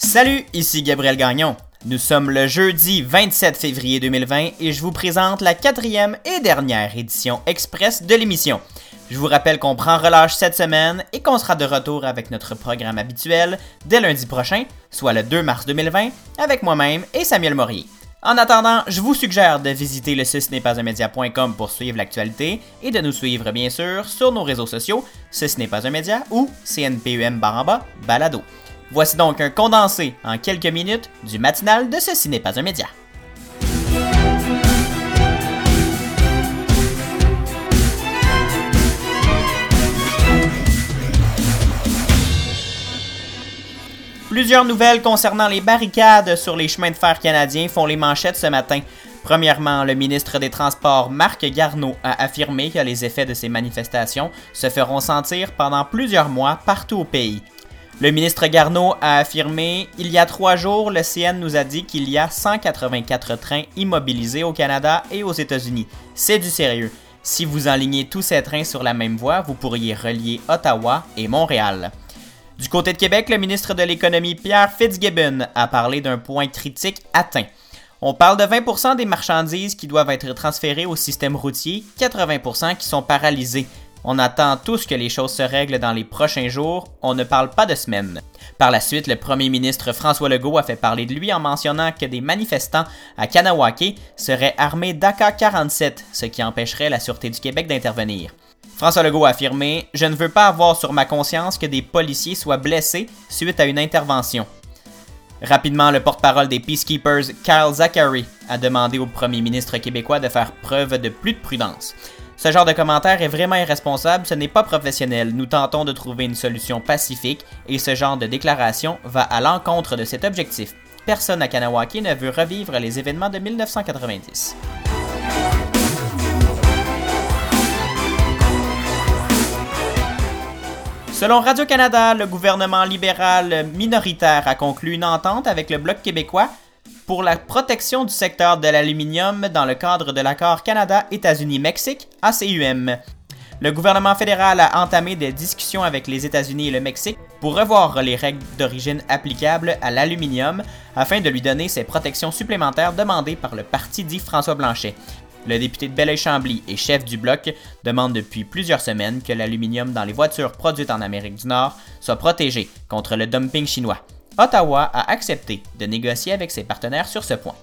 Salut, ici Gabriel Gagnon. Nous sommes le jeudi 27 février 2020 et je vous présente la 4e et dernière édition express de l'émission. Je vous rappelle qu'on prend relâche cette semaine et qu'on sera de retour avec notre programme habituel dès lundi prochain, soit le 2 mars 2020, avec moi-même et Samuel Morier. En attendant, je vous suggère de visiter le ceci-n'est-pas-un-média.com pour suivre l'actualité et de nous suivre bien sûr sur nos réseaux sociaux, Ceci n'est pas un média ou CNPUM_balado. Voici donc un condensé en quelques minutes du matinal de Ceci n'est pas un média. Plusieurs nouvelles concernant les barricades sur les chemins de fer canadiens font les manchettes ce matin. Premièrement, le ministre des Transports, Marc Garneau, a affirmé que les effets de ces manifestations se feront sentir pendant plusieurs mois partout au pays. Le ministre Garneau a affirmé « Il y a 3 jours, le CN nous a dit qu'il y a 184 trains immobilisés au Canada et aux États-Unis. C'est du sérieux. Si vous enlignez tous ces trains sur la même voie, vous pourriez relier Ottawa et Montréal. » Du côté de Québec, le ministre de l'Économie Pierre Fitzgibbon a parlé d'un point critique atteint. On parle de 20% des marchandises qui doivent être transférées au système routier, 80% qui sont paralysées. On attend tous que les choses se règlent dans les prochains jours, on ne parle pas de semaines. Par la suite, le premier ministre François Legault a fait parler de lui en mentionnant que des manifestants à Kahnawake seraient armés d'AK-47, ce qui empêcherait la Sûreté du Québec d'intervenir. François Legault a affirmé « Je ne veux pas avoir sur ma conscience que des policiers soient blessés suite à une intervention. » Rapidement, le porte-parole des Peacekeepers, Kyle Zachary, a demandé au premier ministre québécois de faire preuve de plus de prudence. Ce genre de commentaire est vraiment irresponsable, ce n'est pas professionnel. Nous tentons de trouver une solution pacifique et ce genre de déclaration va à l'encontre de cet objectif. Personne à Kahnawake ne veut revivre les événements de 1990. Selon Radio-Canada, le gouvernement libéral minoritaire a conclu une entente avec le Bloc québécois pour la protection du secteur de l'aluminium dans le cadre de l'accord Canada-États-Unis-Mexique, ACUM. Le gouvernement fédéral a entamé des discussions avec les États-Unis et le Mexique pour revoir les règles d'origine applicables à l'aluminium afin de lui donner ces protections supplémentaires demandées par le parti dit François Blanchet. Le député de Belleuil-Chambly et chef du Bloc demande depuis plusieurs semaines que l'aluminium dans les voitures produites en Amérique du Nord soit protégé contre le dumping chinois. Ottawa a accepté de négocier avec ses partenaires sur ce point.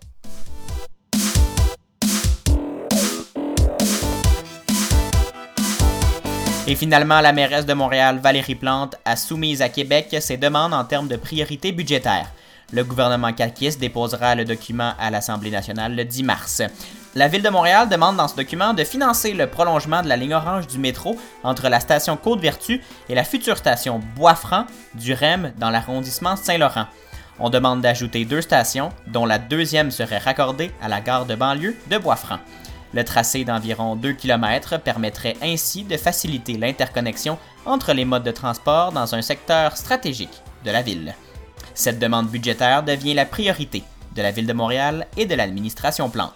Et finalement, la mairesse de Montréal, Valérie Plante, a soumis à Québec ses demandes en termes de priorités budgétaires. Le gouvernement caquiste déposera le document à l'Assemblée nationale le 10 mars. La Ville de Montréal demande dans ce document de financer le prolongement de la ligne orange du métro entre la station Côte-Vertu et la future station Bois-Franc du REM dans l'arrondissement Saint-Laurent. On demande d'ajouter 2 stations, dont la deuxième serait raccordée à la gare de banlieue de Bois-Franc. Le tracé d'environ 2 km permettrait ainsi de faciliter l'interconnexion entre les modes de transport dans un secteur stratégique de la ville. Cette demande budgétaire devient la priorité de la Ville de Montréal et de l'administration Plante.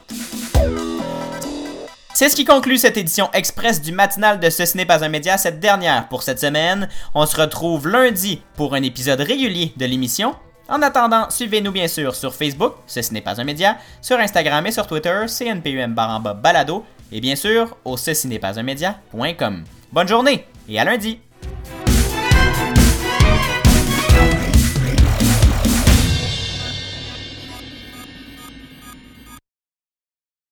C'est ce qui conclut cette édition express du matinal de Ceci n'est pas un média, cette dernière pour cette semaine. On se retrouve lundi pour un épisode régulier de l'émission. En attendant, suivez-nous bien sûr sur Facebook, Ceci n'est pas un média, sur Instagram et sur Twitter, CNPUM_balado, et bien sûr au ceci-n'est-pas-un-média.com. Bonne journée et à lundi!